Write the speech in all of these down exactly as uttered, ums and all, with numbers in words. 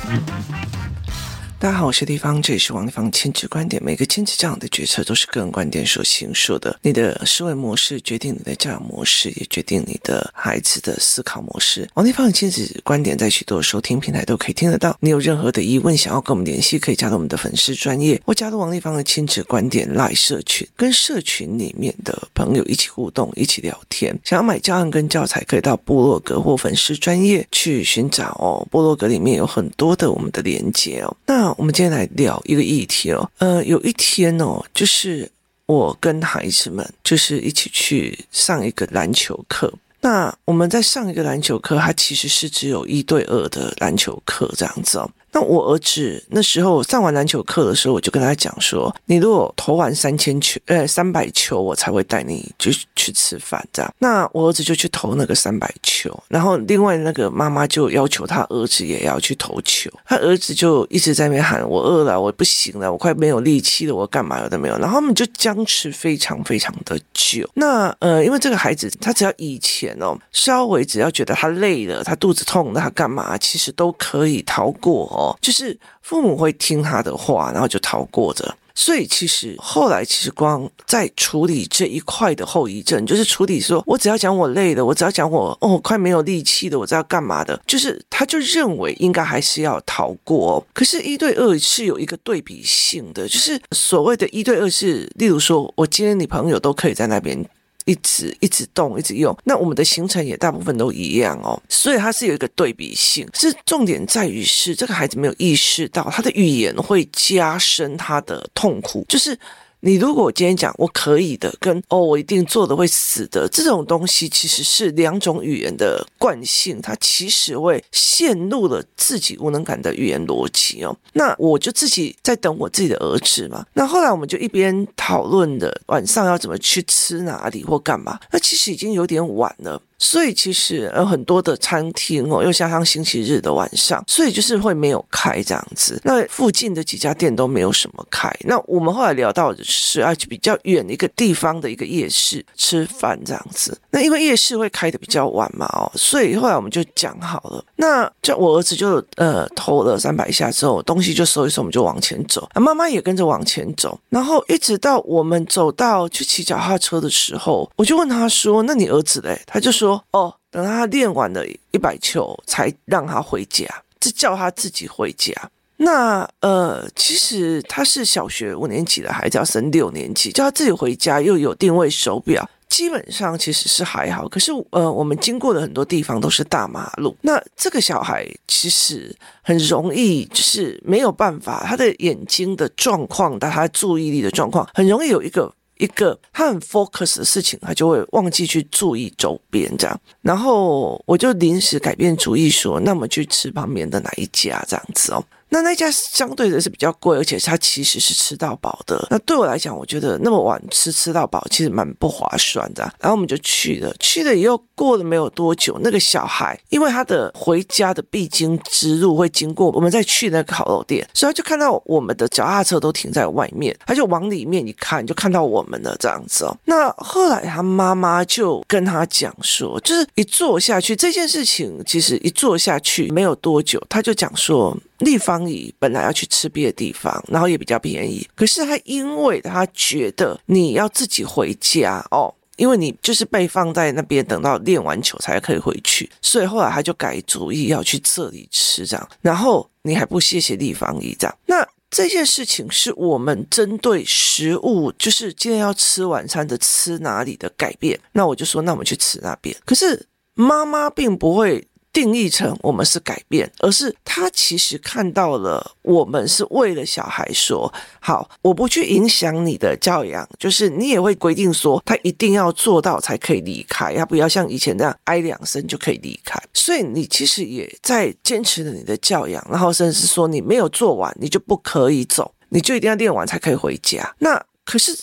大家好，我是地方，这里是王地方亲子观点。每个亲子教养的决策都是个人观点所形塑的。你的思维模式决定你的教养模式，也决定你的孩子的思考模式。王地方的亲子观点在许多收听平台都可以听得到。你有任何的疑问想要跟我们联系，可以加入我们的粉丝专页，或加入王地方的亲子观点 LINE 社群，跟社群里面的朋友一起互动，一起聊天。想要买教案跟教材，可以到部落格或粉丝专页去寻找哦。部落格里面有很多的我们的连结哦。那我们今天来聊一个议题哦，呃，有一天哦，就是我跟孩子们就是一起去上一个篮球课。那我们在上一个篮球课，它其实是只有一对二的篮球课这样子哦。那我儿子那时候上完篮球课的时候，我就跟他讲说，你如果投完三千球，呃，三百球，我才会带你就去吃饭这样。那我儿子就去投那个三百球，然后另外那个妈妈就要求他儿子也要去投球，他儿子就一直在那边喊，我饿了，我不行了，我快没有力气了，我干嘛有的没有。然后他们就僵持非常非常的久。那呃，因为这个孩子他只要以前哦，稍微只要觉得他累了，他肚子痛了，他干嘛，其实都可以逃过哦。就是父母会听他的话，然后就逃过着。所以其实后来其实光在处理这一块的后遗症，就是处理说我只要讲我累了，我只要讲我哦快没有力气了，我知道干嘛的，就是他就认为应该还是要逃过。可是一对二是有一个对比性的，就是所谓的一对二是，例如说我今天你朋友都可以在那边一直一直动一直用，那我们的行程也大部分都一样哦，所以它是有一个对比性。是重点在于是这个孩子没有意识到他的语言会加深他的痛苦，就是你如果我今天讲我可以的，跟哦我一定做的会死的，这种东西其实是两种语言的惯性，它其实会陷入了自己无能感的语言逻辑哦。那我就自己在等我自己的儿子嘛。那后来我们就一边讨论的晚上要怎么去吃哪里或干嘛，那其实已经有点晚了。所以其实有很多的餐厅哦，又加上星期日的晚上，所以就是会没有开这样子。那附近的几家店都没有什么开。那我们后来聊到的是要去比较远的一个地方的一个夜市吃饭这样子。那因为夜市会开的比较晚嘛哦，所以后来我们就讲好了。那就我儿子就呃投了三百下之后，东西就收一收，我们就往前走。啊，妈妈也跟着往前走，然后一直到我们走到去骑脚踏车的时候，我就问他说：“那你儿子嘞？”他就说。哦，等他练完了一百球才让他回家，这叫他自己回家。那呃，其实他是小学五年级的孩子，要升六年级，叫他自己回家，又有定位手表，基本上其实是还好。可是呃，我们经过的很多地方都是大马路，那这个小孩其实很容易就是没有办法，他的眼睛的状况，但他注意力的状况，很容易有一个。一个他很 focus 的事情，他就会忘记去注意周边这样，然后我就临时改变主意说，那么去吃旁边的哪一家这样子哦。那那家相对的是比较贵，而且它其实是吃到饱的。那对我来讲，我觉得那么晚吃吃到饱其实蛮不划算的。然后我们就去了，去了以后过了没有多久，那个小孩因为他的回家的必经之路会经过我们再去那个烤肉店，所以他就看到我们的脚踏车都停在外面，他就往里面一看，就看到我们了这样子哦。那后来他妈妈就跟他讲说，就是一坐下去这件事情，其实一坐下去没有多久，他就讲说。立方体本来要去吃别的地方，然后也比较便宜，可是他因为他觉得你要自己回家哦，因为你就是被放在那边等到练完球才可以回去，所以后来他就改主意要去这里吃这样，然后你还不谢谢立方体这样。那这件事情是我们针对食物，就是今天要吃晚餐的吃哪里的改变，那我就说那我们去吃那边。可是妈妈并不会定义成我们是改变，而是他其实看到了我们是为了小孩说好，我不去影响你的教养，就是你也会规定说他一定要做到才可以离开，他不要像以前那样挨两声就可以离开。所以你其实也在坚持了你的教养，然后甚至说你没有做完你就不可以走，你就一定要练完才可以回家。那可是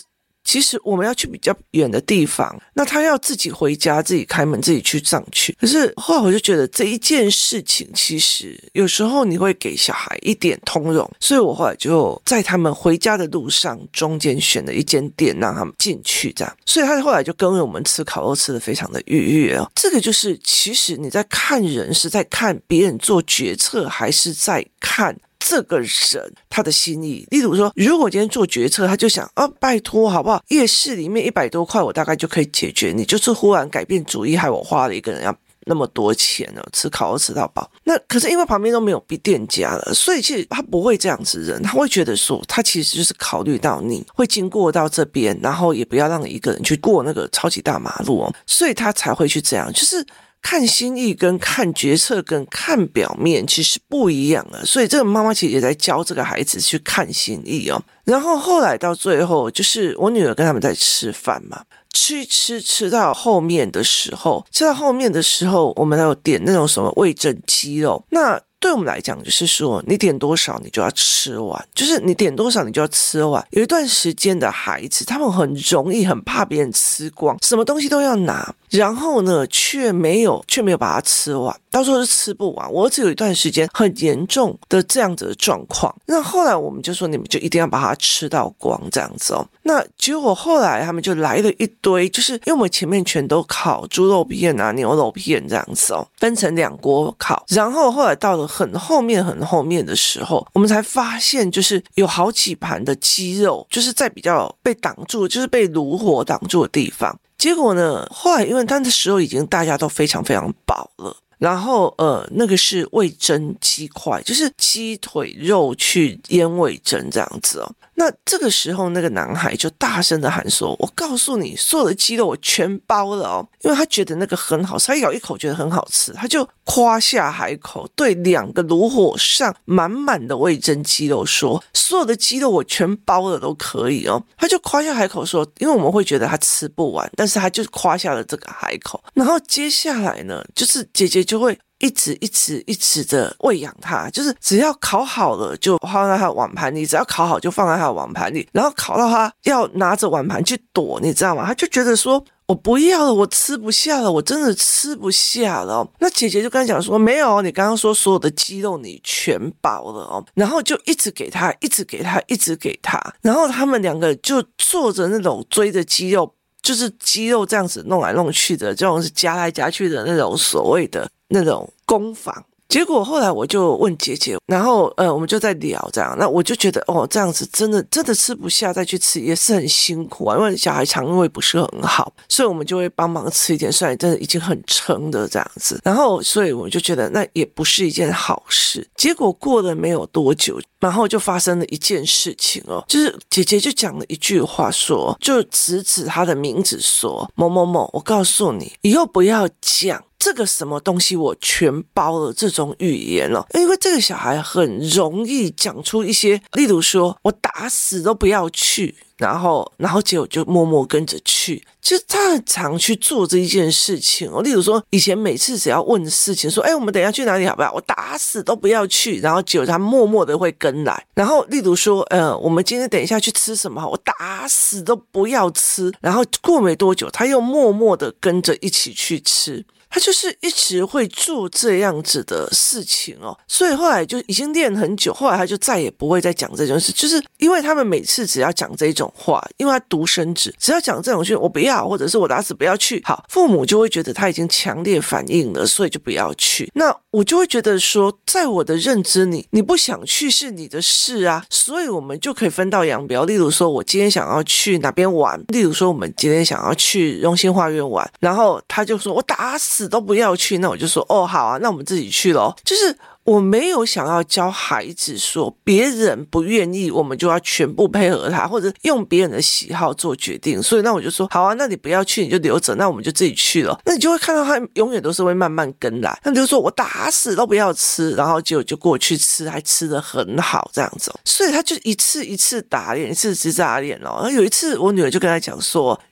其实我们要去比较远的地方，那他要自己回家，自己开门，自己去上去。可是后来我就觉得这一件事情，其实有时候你会给小孩一点通融，所以我后来就在他们回家的路上中间选了一间店让他们进去，这样，所以他后来就跟我们吃烤肉吃得非常的愉悦哦。这个就是其实你在看人是在看别人做决策，还是在看这个人他的心意。例如说，如果今天做决策，他就想啊，拜托好不好？夜市里面一百多块，我大概就可以解决。你就是忽然改变主意，害我花了一个人要那么多钱呢，吃烤肉吃到饱。那可是因为旁边都没有店家了，所以其实他不会这样子人，他会觉得说，他其实就是考虑到你会经过到这边，然后也不要让你一个人去过那个超级大马路哦，所以他才会去这样，就是。看心意跟看决策跟看表面其实不一样了，所以这个妈妈其实也在教这个孩子去看心意哦。然后后来到最后，就是我女儿跟他们在吃饭嘛，吃吃吃到后面的时候，吃到后面的时候，我们还有点那种什么味噌鸡肉，那。对我们来讲，就是说你点多少你就要吃完，就是你点多少你就要吃完。有一段时间的孩子，他们很容易很怕别人吃光，什么东西都要拿，然后呢却没有却没有把它吃完，到时候是吃不完。我儿子有一段时间很严重的这样子的状况，那后来我们就说你们就一定要把它吃到光这样子哦。那结果后来他们就来了一堆，就是因为我们前面全都烤猪肉片啊、牛肉片这样子哦，分成两锅烤，然后后来到了很后面很后面的时候，我们才发现就是有好几盘的鸡肉，就是在比较被挡住，就是被炉火挡住的地方。结果呢，后来因为他的时候已经大家都非常非常饱了。然后呃，那个是味噌鸡块，就是鸡腿肉去腌味噌这样子哦。那这个时候那个男孩就大声的喊说，我告诉你，所有的鸡肉我全包了哦，因为他觉得那个很好吃，他咬一口觉得很好吃，他就夸下海口，对两个炉火上满满的味噌鸡肉说，所有的鸡肉我全包了都可以哦。他就夸下海口说，因为我们会觉得他吃不完，但是他就夸下了这个海口。然后接下来呢，就是姐姐就会一直一直一直的喂养他，就是只要烤好了就放在他的碗盘里，只要烤好就放在他的碗盘里，然后烤到他要拿着碗盘去躲，你知道吗？他就觉得说我不要了，我吃不下了，我真的吃不下了哦。那姐姐就跟他讲说，没有，你刚刚说所有的鸡肉你全饱了哦，然后就一直给他，一直给他，一直给他，然后他们两个就坐着那种追着鸡肉，就是鸡肉这样子弄来弄去的，这种是夹来夹去的那种所谓的那种攻防。结果后来我就问姐姐，然后呃我们就在聊这样，那我就觉得哦这样子真的真的吃不下再去吃也是很辛苦啊，因为小孩肠胃不是很好，所以我们就会帮忙吃一点，虽然真的已经很撑的这样子，然后所以我就觉得那也不是一件好事。结果过了没有多久，然后就发生了一件事情哦，就是姐姐就讲了一句话说，就指指她的名字说，某某某，我告诉你以后不要讲这个什么东西我全包了这种语言了，因为这个小孩很容易讲出一些，例如说我打死都不要去，然后然后结果就默默跟着去，就是他很常去做这一件事情哦。例如说以前每次只要问事情说，哎，我们等一下去哪里好不好，我打死都不要去，然后结果他默默的会跟来。然后例如说呃，我们今天等一下去吃什么，我打死都不要吃，然后过没多久他又默默的跟着一起去吃。他就是一直会做这样子的事情哦，所以后来就已经练很久，后来他就再也不会再讲这种事，就是因为他们每次只要讲这种话，因为他独生子，只要讲这种事，我不要，或者是我打死不要去，好，父母就会觉得他已经强烈反应了，所以就不要去。那我就会觉得说，在我的认知里，你不想去是你的事啊，所以我们就可以分道扬镳。例如说我今天想要去哪边玩，例如说我们今天想要去荣兴花园玩，然后他就说我打死都不要去，那我就说哦好啊，那我们自己去咯。就是我没有想要教孩子说别人不愿意我们就要全部配合他，或者用别人的喜好做决定，所以那我就说好啊，那你不要去你就留着，那我们就自己去了。那你就会看到他永远都是会慢慢跟来，那就说我打死都不要吃，然后结果就过去吃，还吃得很好这样子。所以他就一次一次打脸，一次一次打脸哦。然后有一次我女儿就跟他讲说，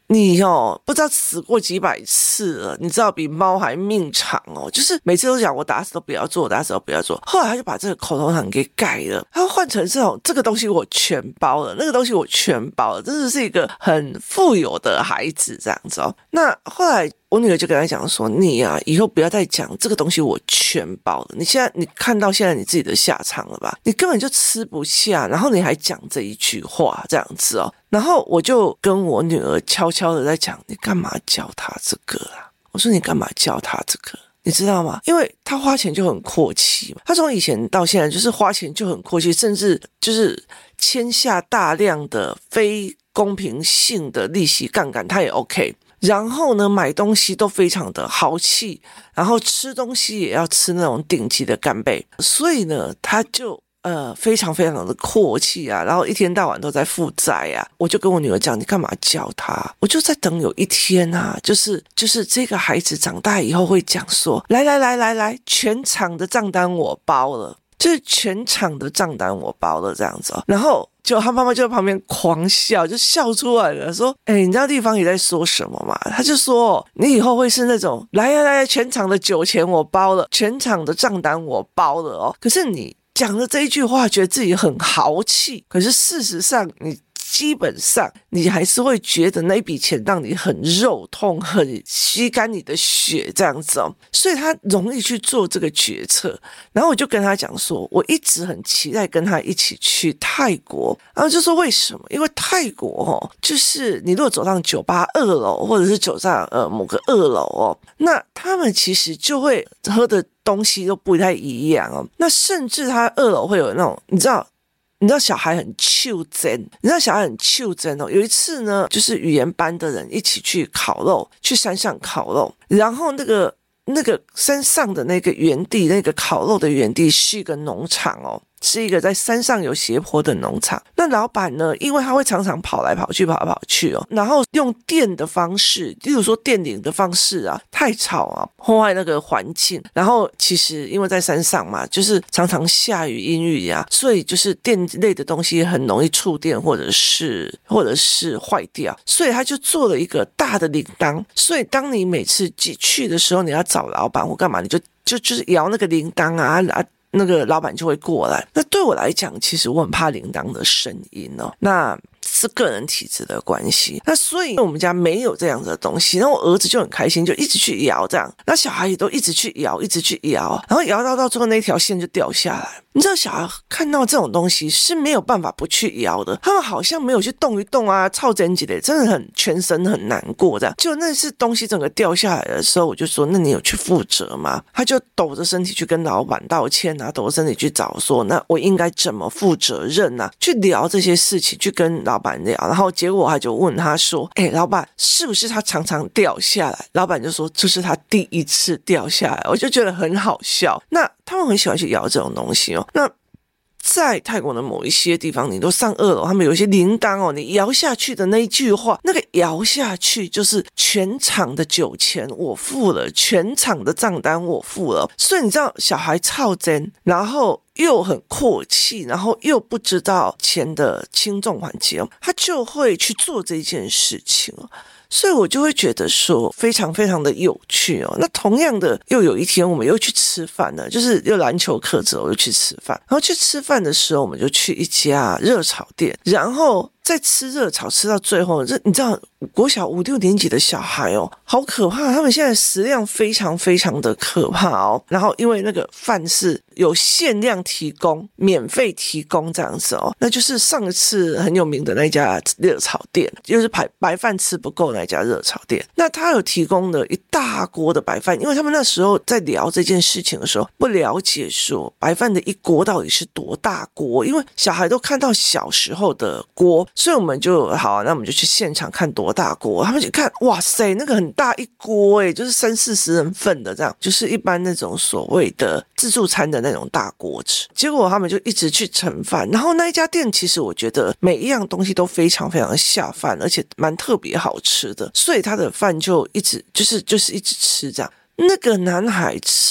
你哦，不知道死过几百次了，你知道比猫还命长哦，就是每次都讲我打死都不要做，打死都不要做。后来他就把这个口头禅给改了，他换成这种这个东西我全包了，那个东西我全包了，真的是一个很富有的孩子这样子哦。那后来我女儿就跟他讲说，你啊以后不要再讲这个东西我全包了，你现在你看到现在你自己的下场了吧，你根本就吃不下，然后你还讲这一句话这样子哦。然后我就跟我女儿悄悄的在讲，你干嘛教她这个啊？我说你干嘛教她这个？你知道吗？因为她花钱就很阔气嘛，她从以前到现在就是花钱就很阔气，甚至就是签下大量的非公平性的利息杠杆，她也 OK。然后呢，买东西都非常的豪气，然后吃东西也要吃那种顶级的干贝，所以呢，她就呃，非常非常的阔气啊，然后一天到晚都在负债啊。我就跟我女儿讲，你干嘛教她？我就在等有一天啊，就是就是这个孩子长大以后会讲说，来来来来来，全场的账单我包了，就是全场的账单我包了这样子哦。然后就他妈妈就在旁边狂笑，就笑出来了，说：“哎、欸，你知道地方也在说什么吗？”他就说：“你以后会是那种来呀来呀，全场的酒钱我包了，全场的账单我包了哦。”可是你讲了这一句话，觉得自己很豪气，可是事实上你基本上你还是会觉得那一笔钱让你很肉痛，很吸干你的血这样子哦，所以他容易去做这个决策。然后我就跟他讲说，我一直很期待跟他一起去泰国，然后就说为什么？因为泰国哦，就是你如果走上酒吧二楼，或者是走上呃某个二楼哦，那他们其实就会喝的东西都不太一样哦。那甚至他二楼会有那种，你知道。你知道小孩很袖珍，你知道小孩很袖珍哦。有一次呢，就是语言班的人一起去烤肉，去山上烤肉，然后那个那个山上的那个园地，那个烤肉的园地是一个农场哦。是一个在山上有斜坡的农场，那老板呢，因为他会常常跑来跑去跑来跑去哦，然后用电的方式，例如说电铃的方式啊，太吵啊，破坏那个环境。然后其实因为在山上嘛，就是常常下雨阴雨呀、啊，所以就是电类的东西很容易触电或者是或者是坏掉，所以他就做了一个大的铃铛，所以当你每次去的时候，你要找老板或干嘛，你就就就是摇那个铃铛啊啊。那个老板就会过来。那对我来讲，其实我很怕铃铛的声音哦。那是个人体质的关系，那所以我们家没有这样子的东西。然后我儿子就很开心，就一直去摇这样，那小孩也都一直去摇，一直去摇，然后摇到到最后那条线就掉下来。你知道小孩看到这种东西是没有办法不去摇的，他们好像没有去动一动啊，超整几的，真的很全身很难过这样。就那是东西整个掉下来的时候，我就说：“那你有去负责吗？”他就抖着身体去跟老板道歉啊，抖着身体去找说：“那我应该怎么负责任啊？”去聊这些事情，去跟老板聊。然后结果他就问他说：“哎、欸，老板，是不是他常常掉下来？”老板就说：“这是他第一次掉下来。”我就觉得很好笑。那他们很喜欢去摇这种东西哦。那在泰国的某一些地方，你都上二楼，他们有一些铃铛哦，你摇下去的那一句话，那个摇下去就是全场的酒钱我付了，全场的账单我付了。所以你知道小孩超真，然后又很阔气，然后又不知道钱的轻重缓急哦，他就会去做这件事情哦。所以我就会觉得说非常非常的有趣哦。那同样的，又有一天我们又去吃饭了，就是又篮球课之后又去吃饭，然后去吃饭的时候，我们就去一家热炒店，然后在吃热炒吃到最后，这你知道国小五六年级的小孩哦，好可怕，他们现在食量非常非常的可怕哦。然后因为那个饭是有限量提供，免费提供这样子哦，那就是上一次很有名的那家热炒店，就是白白饭吃不够那家热炒店，那他有提供了一大锅的白饭，因为他们那时候在聊这件事情的时候，不了解说白饭的一锅到底是多大锅，因为小孩都看到小时候的锅。所以我们就好、啊，那我们就去现场看多大锅。他们就看，哇塞，那个很大一锅诶，就是三四十人份的这样，就是一般那种所谓的自助餐的那种大锅子。结果他们就一直去盛饭，然后那一家店其实我觉得每一样东西都非常非常下饭，而且蛮特别好吃的，所以他的饭就一直就是就是一直吃这样。那个男孩吃到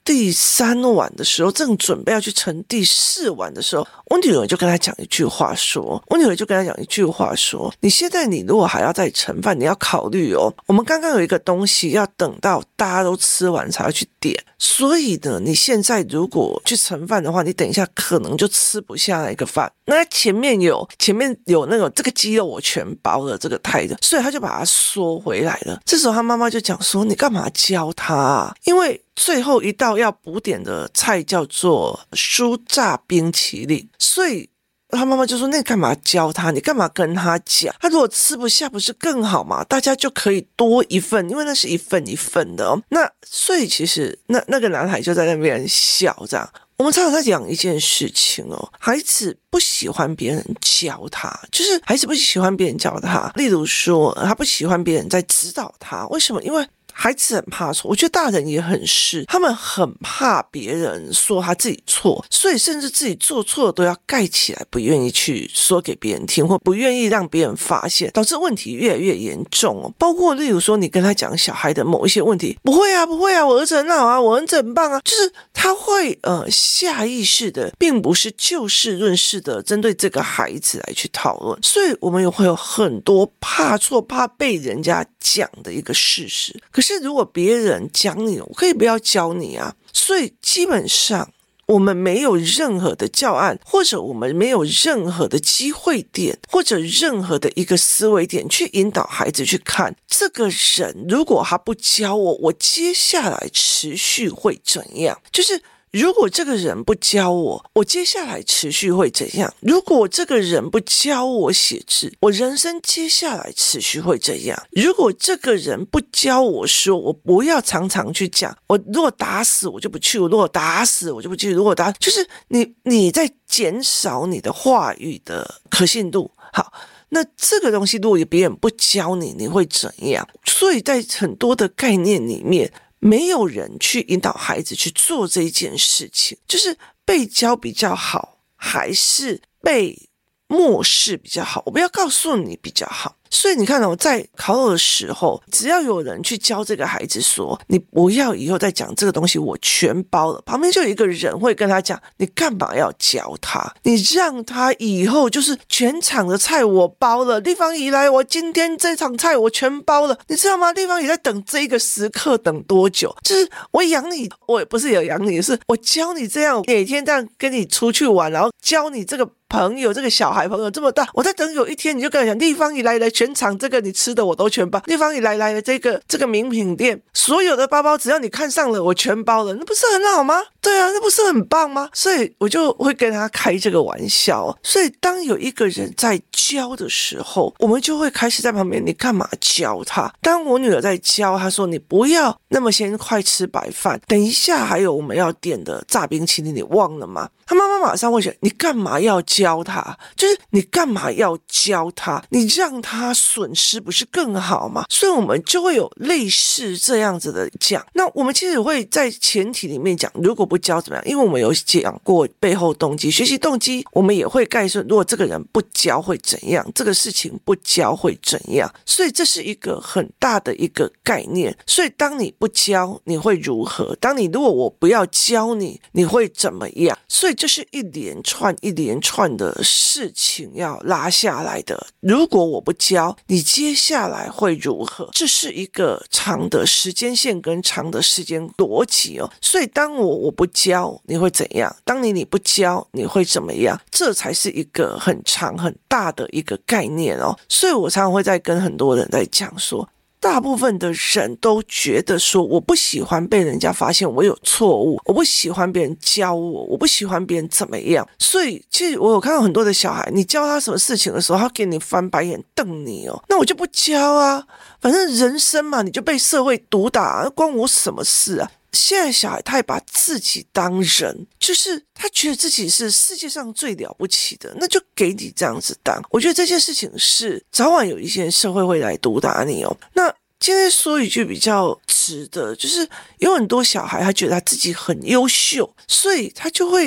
第三晚的时候，正准备要去盛第四碗的时候，我女儿就跟他讲一句话说，我女儿就跟他讲一句话说，你现在你如果还要再盛饭，你要考虑哦，我们刚刚有一个东西要等到大家都吃完才要去点，所以呢，你现在如果去盛饭的话，你等一下可能就吃不下那个饭。那前面有前面有那种这个鸡肉我全包了这个态的，所以他就把它缩回来了。这时候他妈妈就讲说，你干嘛教他啊？因为最后一道要补点的菜叫做酥炸冰淇淋，所以他妈妈就说，那你干嘛教他？你干嘛跟他讲？他如果吃不下不是更好吗？大家就可以多一份，因为那是一份一份的哦。那所以其实那那个男孩就在那边笑这样。我们常常在讲一件事情哦，孩子不喜欢别人教他，就是孩子不喜欢别人教他。例如说，他不喜欢别人在指导他，为什么？因为孩子很怕错，我觉得大人也很是，他们很怕别人说他自己错，所以甚至自己做错了都要盖起来，不愿意去说给别人听，或不愿意让别人发现，导致问题越来越严重哦。包括例如说，你跟他讲小孩的某一些问题，不会啊，不会啊，我儿子很好啊，我儿子很棒啊，就是他会呃下意识的，并不是就事论事的针对这个孩子来去讨论，所以我们也会有很多怕错、怕被人家讲的一个事实。可是如果别人讲你，我可以不要教你啊。所以基本上我们没有任何的教案，或者我们没有任何的机会点，或者任何的一个思维点去引导孩子去看这个人，如果他不教我，我接下来持续会怎样，就是如果这个人不教我，我接下来持续会怎样？如果这个人不教我写字，我人生接下来持续会怎样？如果这个人不教我说，我不要常常去讲，我如果打死我就不去，我如果打死我就不去，如果打就是你你在减少你的话语的可信度。好，那这个东西如果别人不教你，你会怎样？所以在很多的概念里面，没有人去引导孩子去做这一件事情，就是被教比较好，还是被漠视比较好？我不要告诉你比较好。所以你看哦，在考考的时候，只要有人去教这个孩子说，你不要以后再讲这个东西我全包了，旁边就有一个人会跟他讲，你干嘛要教他？你让他以后就是全场的菜我包了，地方姨来，我今天这场菜我全包了，你知道吗？地方姨在等这个时刻等多久？就是我养你，我也不是有养你，是我教你这样，每天这样跟你出去玩，然后教你这个朋友，这个小孩朋友这么大，我在等有一天你就跟他讲，地方姨来来，全场这个你吃的我都全包，地方姨来来的这个这个名品店，所有的包包只要你看上了我全包了，那不是很好吗？对啊，那不是很棒吗？所以我就会跟他开这个玩笑。所以当有一个人在教的时候，我们就会开始在旁边，你干嘛教他？当我女儿在教他说，你不要那么先快吃白饭，等一下还有我们要点的炸冰淇淋，你忘了吗？他妈妈马上会想，你干嘛要教他？就是你干嘛要教他？你让他损失不是更好吗？所以我们就会有类似这样子的讲。那我们其实会在前提里面讲，如果不教怎么样？因为我们有讲过背后动机、学习动机，我们也会概述，如果这个人不教会怎样，这个事情不教会怎样。所以这是一个很大的一个概念。所以当你不教，你会如何？当你如果我不要教你，你会怎么样？所以这是一连串一连串的事情要拉下来的。如果我不教，你接下来会如何？这是一个长的时间线跟长的时间逻辑哦。所以当我我不教，你会怎样？当你你不教，你会怎么样？这才是一个很长很大的一个概念哦。所以我常常会在跟很多人在讲说，大部分的人都觉得说，我不喜欢被人家发现我有错误，我不喜欢别人教我，我不喜欢别人怎么样。所以其实我有看到很多的小孩，你教他什么事情的时候，他给你翻白眼瞪你哦，那我就不教啊，反正人生嘛，你就被社会毒打，关我什么事啊？现在小孩他也把自己当人，就是他觉得自己是世界上最了不起的，那就给你这样子当。我觉得这件事情是早晚有一些社会会来毒打你哦。那今天说一句比较直的，就是有很多小孩他觉得他自己很优秀，所以他就会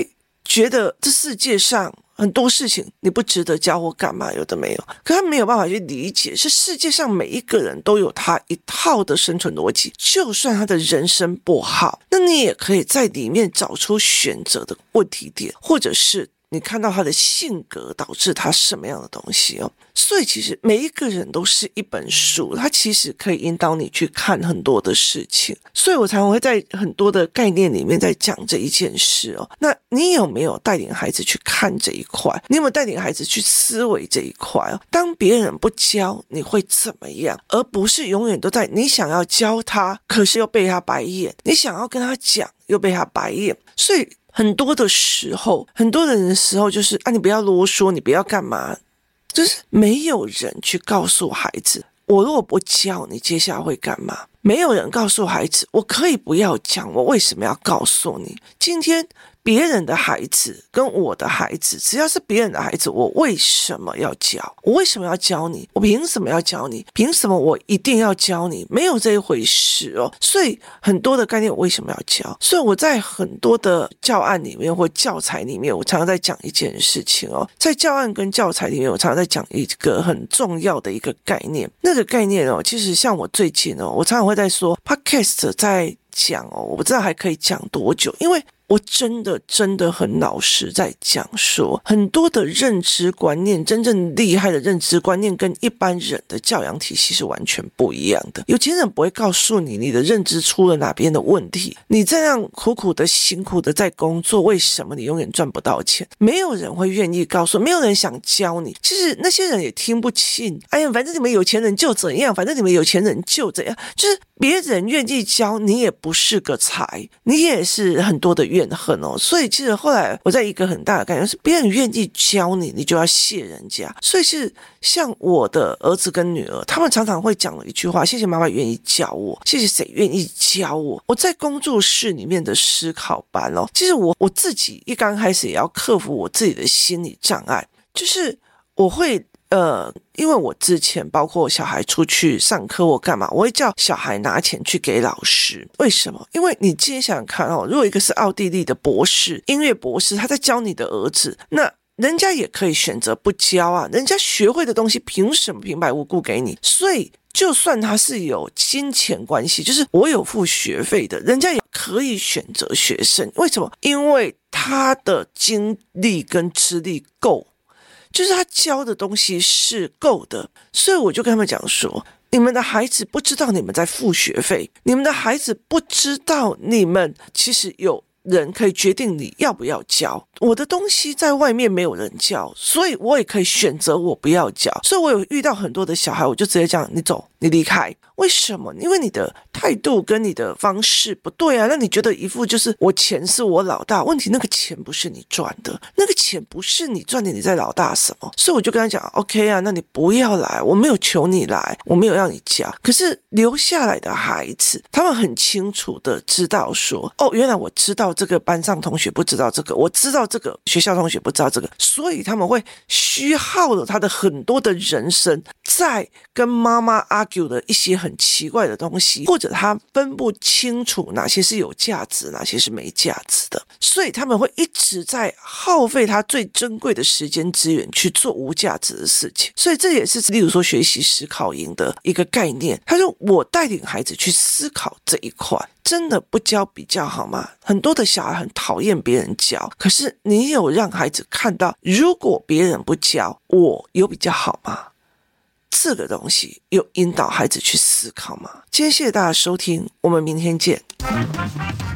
觉得这世界上很多事情你不值得教我干嘛，有的没有，可他没有办法去理解，是世界上每一个人都有他一套的生存逻辑，就算他的人生不好，那你也可以在里面找出选择的问题点，或者是你看到他的性格导致他什么样的东西哦。所以其实每一个人都是一本书，它其实可以引导你去看很多的事情。所以我常常会在很多的概念里面在讲这一件事哦。那你有没有带领孩子去看这一块？你有没有带领孩子去思维这一块哦？当别人不教你会怎么样，而不是永远都在你想要教他，可是又被他白眼，你想要跟他讲又被他白眼。所以很多的时候，很多人的时候就是啊，你不要啰嗦，你不要干嘛，就是没有人去告诉孩子，我如果不教你，接下来会干嘛？没有人告诉孩子，我可以不要讲，我为什么要告诉你？今天别人的孩子跟我的孩子，只要是别人的孩子，我为什么要教？我为什么要教你？我凭什么要教你？凭什么我一定要教你？没有这一回事哦。所以很多的概念，我为什么要教？所以我在很多的教案里面或教材里面，我常常在讲一件事情哦。在教案跟教材里面，我常常在讲一个很重要的一个概念。那个概念哦，其实像我最近哦，我常常会在说 Podcast 在讲哦，我不知道还可以讲多久，因为我真的真的很老实在讲说，很多的认知观念，真正厉害的认知观念跟一般人的教养体系是完全不一样的。有钱人不会告诉你你的认知出了哪边的问题，你这样苦苦的辛苦的在工作，为什么你永远赚不到钱？没有人会愿意告诉，没有人想教你。其实那些人也听不进，哎呀，反正你们有钱人就怎样，反正你们有钱人就怎样，就是别人愿意教你也不是个才，你也是很多的怨恨哦。所以其实后来我在一个很大的概念是，别人愿意教你，你就要谢人家。所以是像我的儿子跟女儿，他们常常会讲了一句话：谢谢妈妈愿意教我，谢谢谁愿意教我。我在工作室里面的思考班哦，其实我我自己一刚开始也要克服我自己的心理障碍，就是我会。呃，因为我之前包括小孩出去上课或干嘛，我会叫小孩拿钱去给老师。为什么？因为你今天想想看哦，如果一个是奥地利的博士，音乐博士，他在教你的儿子，那人家也可以选择不教啊，人家学会的东西凭什么平白无故给你？所以就算他是有金钱关系，就是我有付学费的，人家也可以选择学生。为什么？因为他的经历跟资历够，就是他教的东西是够的。所以我就跟他们讲说，你们的孩子不知道你们在付学费，你们的孩子不知道你们其实有人可以决定你要不要教。我的东西在外面没有人教，所以我也可以选择我不要教。所以我有遇到很多的小孩，我就直接讲，你走，你离开。为什么？因为你的态度跟你的方式不对啊。那你觉得一副就是我钱是我老大，问题那个钱不是你赚的，那个钱不是你赚的，你在老大什么？所以我就跟他讲 OK 啊，那你不要来，我没有求你来，我没有让你教。可是留下来的孩子，他们很清楚的知道说，哦，原来我知道这个班上同学不知道这个，我知道这个学校同学不知道这个，所以他们会虚耗了他的很多的人生在跟妈妈 argue 的一些很奇怪的东西，或者他分不清楚哪些是有价值，哪些是没价值的，所以他们会一直在耗费他最珍贵的时间资源去做无价值的事情。所以这也是例如说学习思考营的一个概念，他说我带领孩子去思考这一块，真的不教比较好吗？很多的小孩很讨厌别人教，可是你有让孩子看到，如果别人不教，我有比较好吗？这个东西有引导孩子去思考吗？今天谢谢大家收听，我们明天见。